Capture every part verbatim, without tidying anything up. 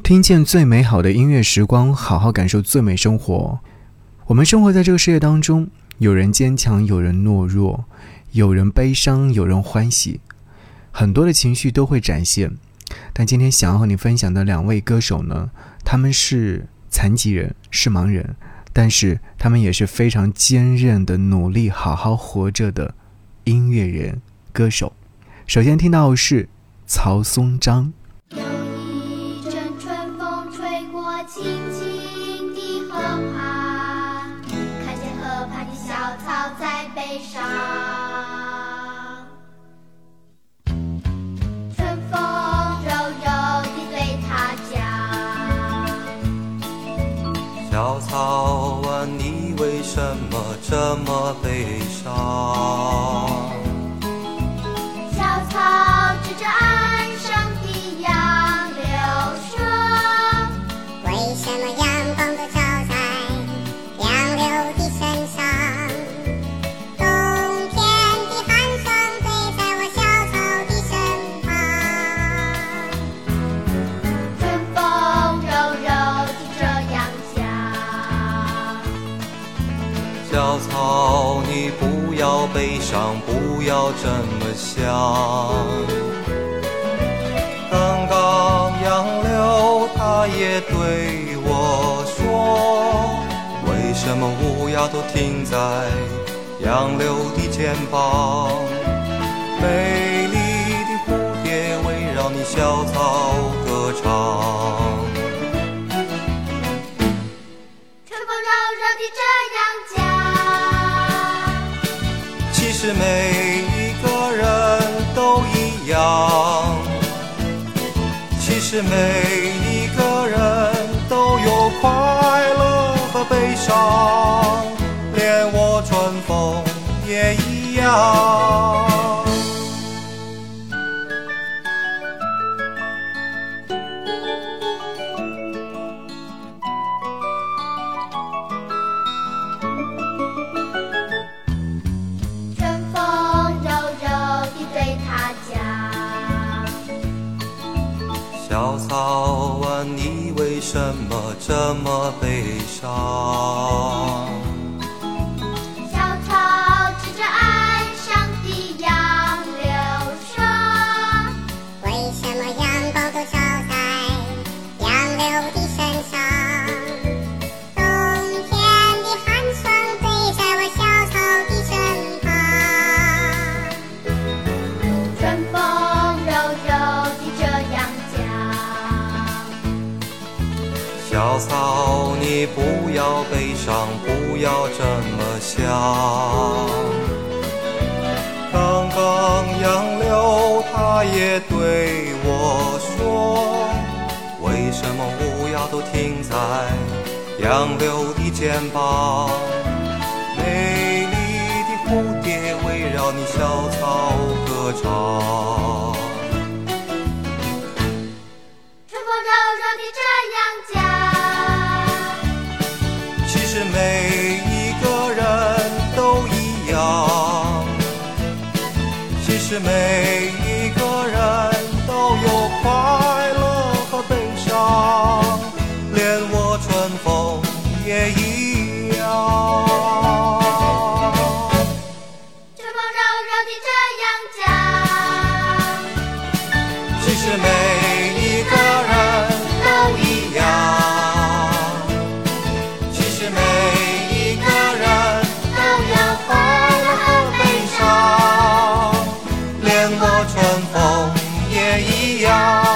听见最美好的音乐时光，好好感受最美生活。我们生活在这个世界当中，有人坚强，有人懦弱，有人悲伤，有人欢喜，很多的情绪都会展现。但今天想要和你分享的两位歌手呢，他们是残疾人，是盲人，但是他们也是非常坚韧的努力好好活着的音乐人歌手。首先听到的是曹松章。 有一阵春风吹过青青的河畔，看见河畔的小草在悲伤，春风柔柔地对他讲， 小草啊，你为什么这么悲伤？ 小草指着岸上的杨柳说， 为什么阳光都照在杨柳的身上？冬天的寒霜堆在我小草的身旁。 春风柔柔地这样讲， 小草，你不要悲伤，不要这么想。刚刚杨柳它也对我说，为什么乌鸦都停在杨柳的肩膀？美丽的蝴蝶围绕你小草歌唱。 春风柔柔地这样讲， 其实每一个人都一样，其实每一个人都有快乐和悲伤，连我春风也一样。 春风柔柔地对他讲， 小草啊，你为什么这么悲伤？ 小草指着岸上的杨柳说， 为什么阳光都照在杨柳的身上？冬天的寒霜堆在我小草的身旁。 春风柔柔地这样讲， 小草，你不要悲伤，不要这么想。刚刚杨柳它也对我说，为什么乌鸦都停在杨柳的肩膀？美丽的蝴蝶围绕你小草歌唱。 春风柔柔地这样讲， 其实每一个人都一样，其实每一个人都有快乐和悲伤，连我春风也一样。 春风柔柔地这样讲， 其实每一个人都一样，其实每一个人都有快乐和悲伤，连我春风也一样。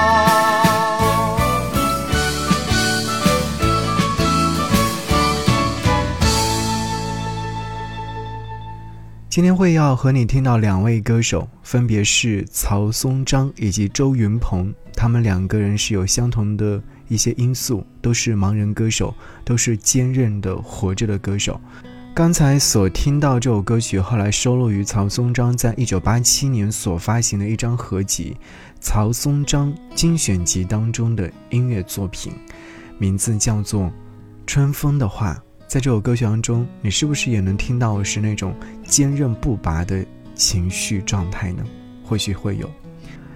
今天会要和你听到两位歌手，分别是曹松章以及周云鹏。他们两个人是有相同的一些因素，都是盲人歌手，都是坚韧的活着的歌手。刚才所听到这首歌曲后来收录于曹松章在一九八七年所发行的一张合集《曹松章精选集》当中的音乐作品，名字叫做《春风的话》。在这首歌曲当中，你是不是也能听到的是那种坚韧不拔的情绪状态呢？或许会有。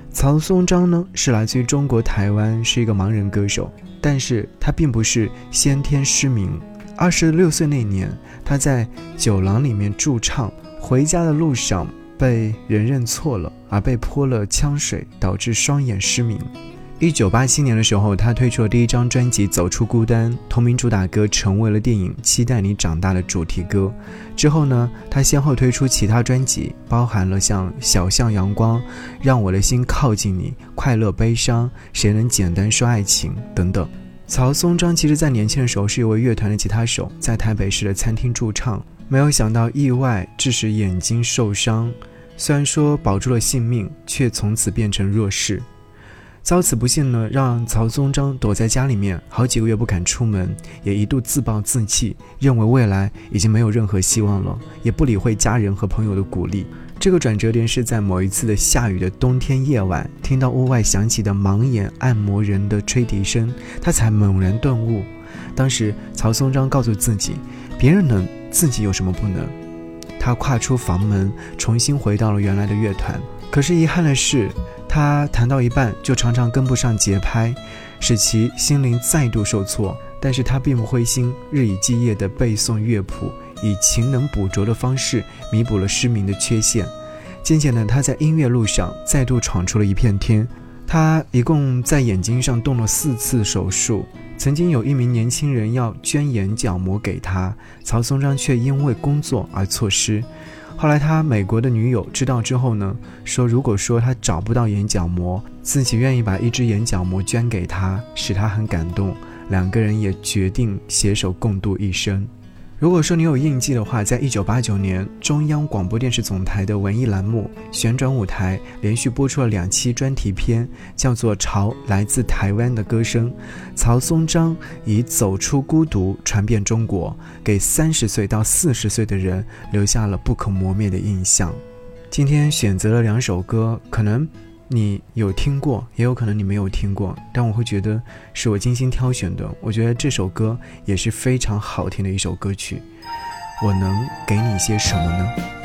曹松章呢是来自于中国台湾，是一个盲人歌手，但是他并不是先天失明。二十六岁那年，他在酒廊里面驻唱，回家的路上被人认错了，而被泼了枪水，导致双眼失明。一九八七年的时候，他推出了第一张专辑《走出孤单》，同名主打歌成为了电影《期待你长大》的主题歌。之后呢，他先后推出其他专辑，包含了像《小巷阳光》、《让我的心靠近你》、《快乐悲伤》、《谁能简单说爱情》等等。曹松章其实在年轻的时候是一位乐团的吉他手，在台北市的餐厅驻唱，没有想到意外致使眼睛受伤，虽然说保住了性命，却从此变成弱视。遭此不幸呢，让曹松章躲在家里面好几个月不敢出门，也一度自暴自弃，认为未来已经没有任何希望了，也不理会家人和朋友的鼓励。这个转折点是在某一次的下雨的冬天夜晚，听到屋外响起的盲眼按摩人的吹笛声，他才猛然顿悟。当时曹松章告诉自己，别人能，自己有什么不能。他跨出房门，重新回到了原来的乐团。可是遗憾的是，他弹到一半就常常跟不上节拍，使其心灵再度受挫。但是他并不灰心，日以继夜地背诵乐谱，以勤能补拙的方式弥补了失明的缺陷。渐渐的，他在音乐路上再度闯出了一片天。他一共在眼睛上动了四次手术。曾经有一名年轻人要捐眼角膜给他，曹松章却因为工作而错失。后来他美国的女友知道之后呢，说如果说他找不到眼角膜，自己愿意把一只眼角膜捐给他，使他很感动。两个人也决定携手共度一生。如果说你有印记的话，在一九八九年，中央广播电视总台的文艺栏目旋转舞台连续播出了两期专题片，叫做《潮来自台湾的歌声》。曹松章以走出孤独传遍中国，给三十岁到四十岁的人留下了不可磨灭的印象。今天选择了两首歌，可能你有听过，也有可能你没有听过，但我会觉得是我精心挑选的。我觉得这首歌也是非常好听的一首歌曲。我能给你些什么呢？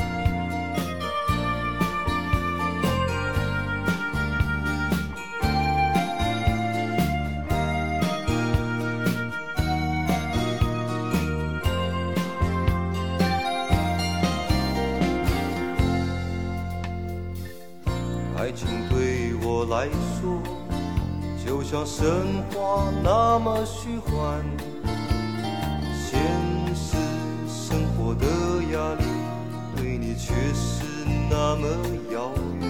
爱情对我来说就像神话那么虚幻，现实生活的压力对你却是那么遥远。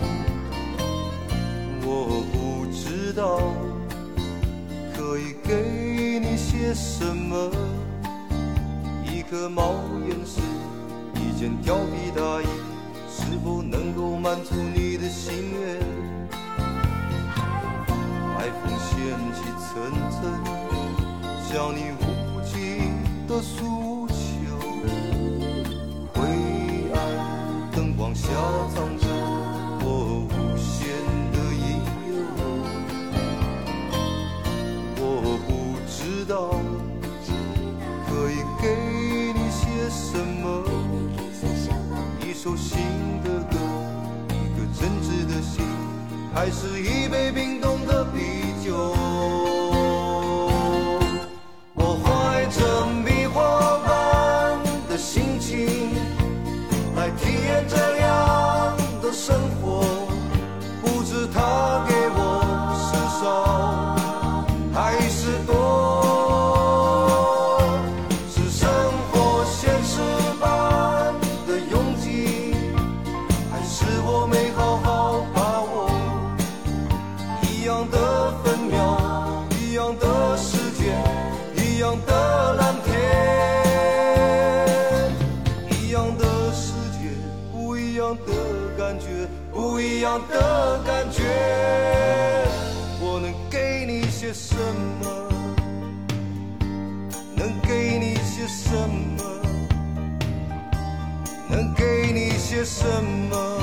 我不知道可以给你些什么，一颗猫眼石，一件貂皮大衣，是否能够满足你的心愿？海风掀起层层，向你无尽的诉求。灰暗灯光下藏着我无限的引诱。我不知道可以给你些什么，一首新的歌，一个真挚的心，还是一杯冰冻的啤酒。我怀着迷惑般的心情来体验这样的生活，不知它给我是少还是多。不一样的感觉，我能给你些什么？能给你些什么？能给你些什么？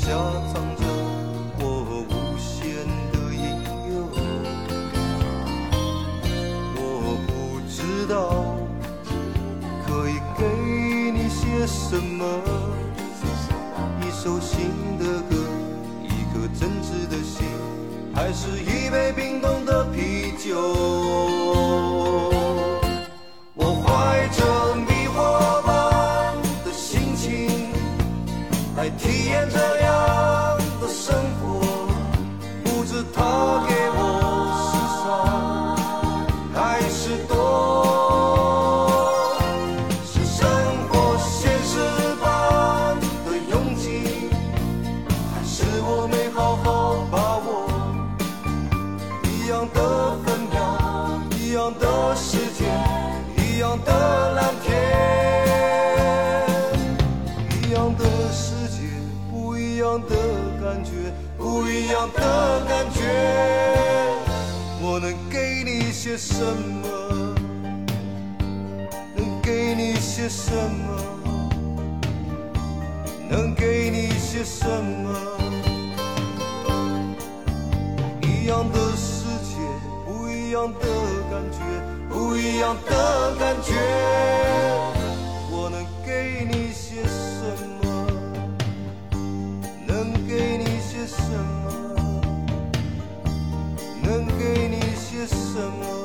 下藏着我无限的引诱。我不知道可以给你些什么，一首新的歌，一颗真挚的心，还是一杯冰冻的啤酒。我怀着迷惑般的心情来体验这样的生活，不知它给我是少还是多，是生活现实般的拥挤，还是我没好好把握，一样的分秒，一样的时间，一样的蓝天，一样的世界，不一样的感觉，不一样的感觉。我能给你些什么？能给你些什么？能给你些什么？一样的世界，不一样的感觉，不一样的感觉。我能给你些什么？能给你些什么？能给你些什么？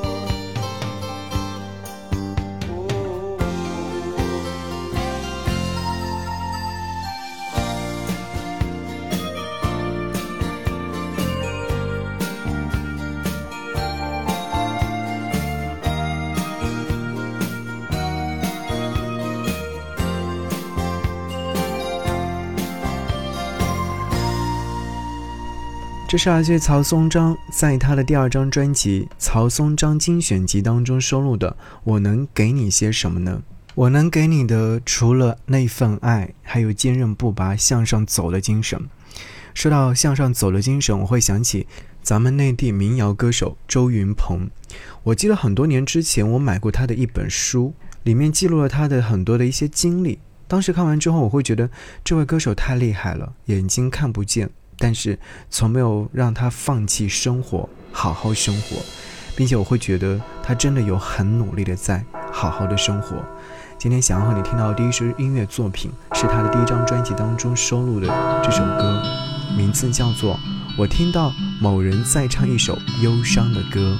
这是来自曹松章在他的第二张专辑《曹松章精选集》当中收录的《我能给你些什么呢》。我能给你的除了那份爱，还有坚韧不拔向上走的精神。说到向上走的精神，我会想起咱们内地民谣歌手周云鹏。我记得很多年之前我买过他的一本书，里面记录了他的很多的一些经历。当时看完之后，我会觉得这位歌手太厉害了，眼睛看不见，但是从没有让他放弃生活，好好生活，并且我会觉得他真的有很努力的在好好的生活。今天想要和你听到的第一首音乐作品，是他的第一张专辑当中收录的这首歌，名字叫做《我听到某人在唱一首忧伤的歌》。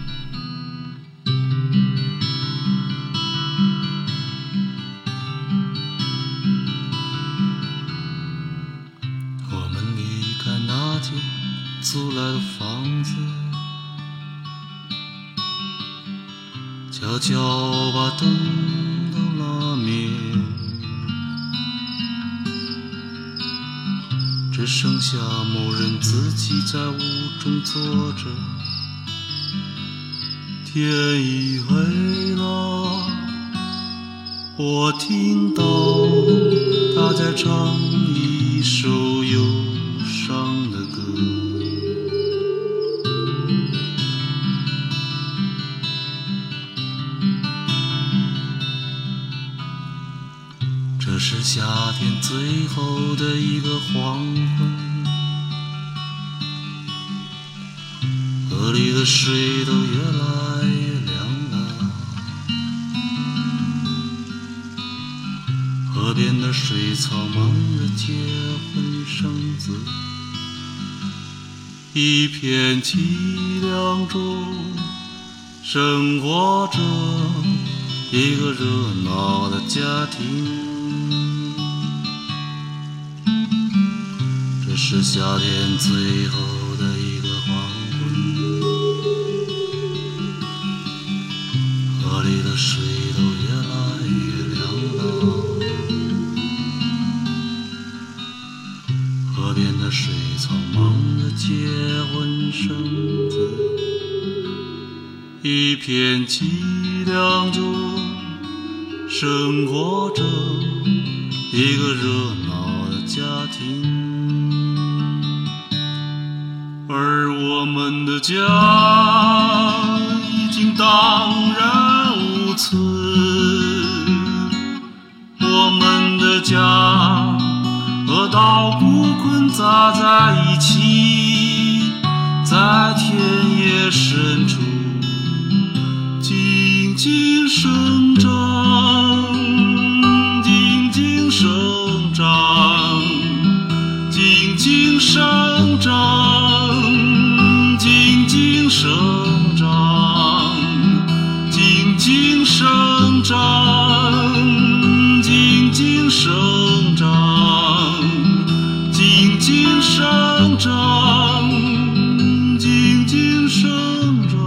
租来的房子，悄悄把灯都拉灭，只剩下某人自己在屋中坐着。天已黑了，我听到他在唱一首忧伤的歌。这是夏天最后的一个黄昏，河里的水都越来越凉了，河边的水草忙着结婚生子，一片凄凉中生活着一个热闹的家庭。这是夏天最后的一个黄昏，河里的水都越来越凉了，河边的水草忙着结婚生子，一片凄凉中生活着一个热闹的家庭。而我们的家已经荡然无存，我们的家饿到骨魂扎在一起，在田野深处静静生长，静静生长，静静生长，静静生长，静静生长，静静生长，静静生长，静静生长。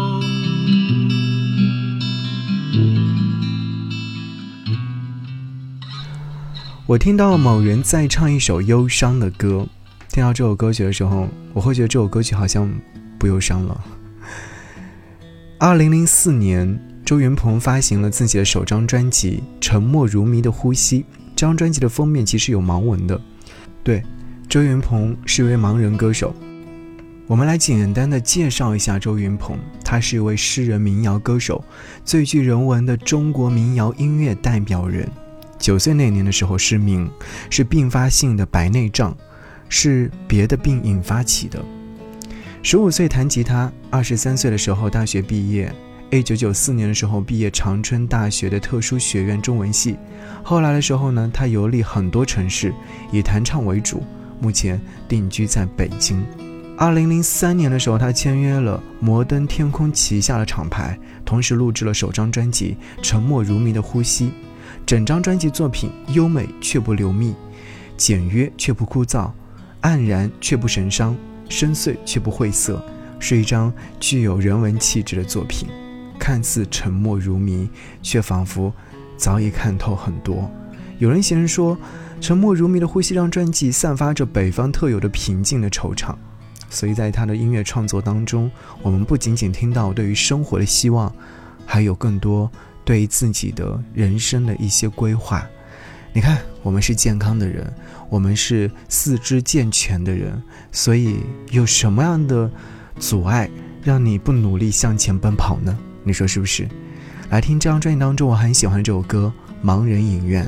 我听到某人在唱一首忧伤的歌，听到这首歌曲的时候，我会觉得这首歌曲好像不忧伤了。二零零四年，周云鹏发行了自己的首张专辑《沉默如谜的呼吸》，这张专辑的封面其实有盲文的。对，周云鹏是一位盲人歌手。我们来简单的介绍一下周云鹏，他是一位诗人民谣歌手，最具人文的中国民谣音乐代表人。九岁那年的时候失明，是并发性的白内障，是别的病引发起的。十五岁弹吉他，二十三岁的时候大学毕业，一九九四年的时候毕业长春大学的特殊学院中文系。后来的时候呢，他游历很多城市，以弹唱为主，目前定居在北京。二零零三年的时候，他签约了摩登天空旗下的厂牌，同时录制了首张专辑《沉默如谜的呼吸》。整张专辑作品优美却不流密，简约却不枯燥，黯然却不神伤，深邃却不晦涩，是一张具有人文气质的作品。看似沉默如谜，却仿佛早已看透很多。有人形容说，沉默如谜的呼吸让专辑散发着北方特有的平静的惆怅。所以在他的音乐创作当中，我们不仅仅听到对于生活的希望，还有更多对于自己的人生的一些规划。你看，我们是健康的人，我们是四肢健全的人，所以有什么样的阻碍让你不努力向前奔跑呢？你说是不是？来听这张专辑当中我很喜欢这首歌《盲人影院》。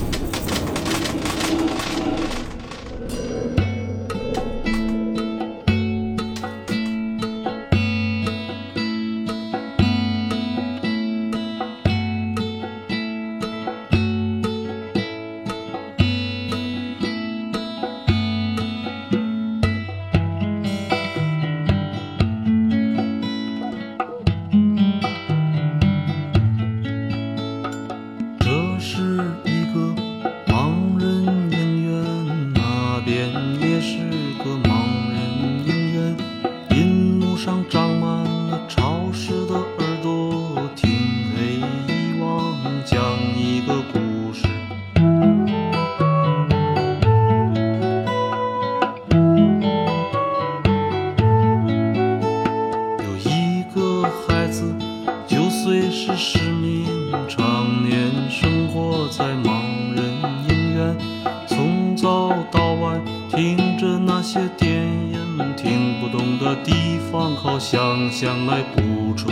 听着那些电影，听不懂的地方靠想象来补充。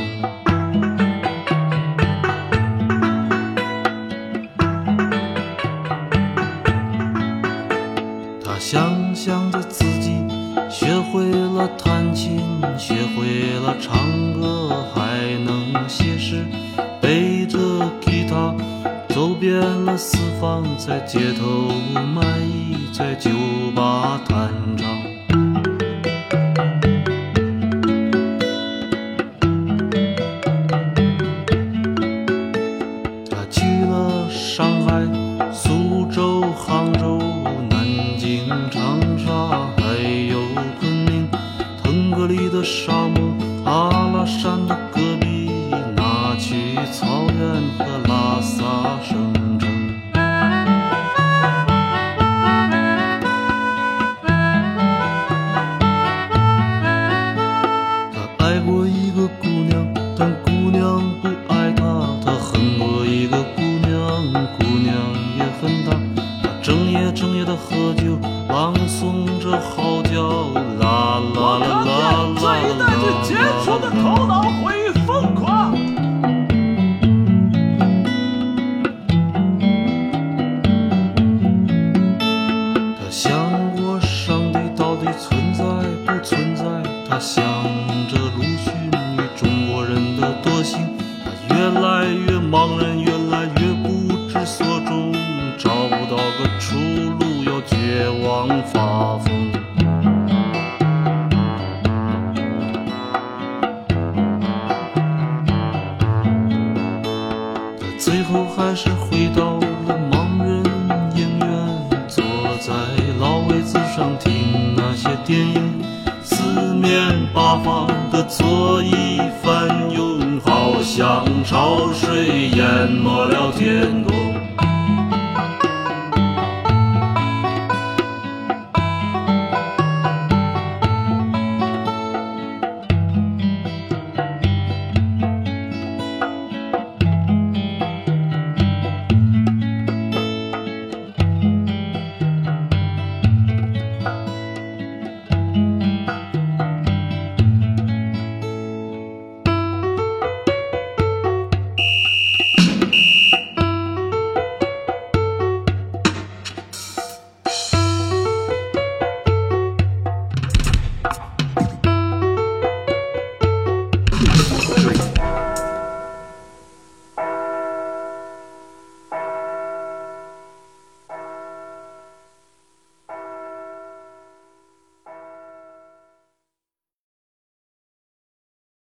他想象着自己学会了弹琴，学会了唱歌，还能写诗，背着吉他走遍了四方，在街头卖艺，在酒吧弹唱。他去了上海、苏州、杭州、南京、长沙，还有昆明、腾格里的沙漠、阿拉善的戈壁，拿去草原和拉萨省城。他爱过一个姑娘，但姑娘不爱他；他恨过一个姑娘，姑娘也恨他。他整夜整夜的喝酒，朗诵着嚎叫，啦啦啦啦啦啦啦。这一代最杰出的头脑会疯狂。他想过底存在不存在？他想着鲁迅与中国人的德行，他越来越茫然，越来越不知所终，找不到个出路，要绝望发疯。他最后还是回到了盲人影院，坐在老位子上听那些电影，四面八方的座椅翻涌，好像潮水淹没了天空。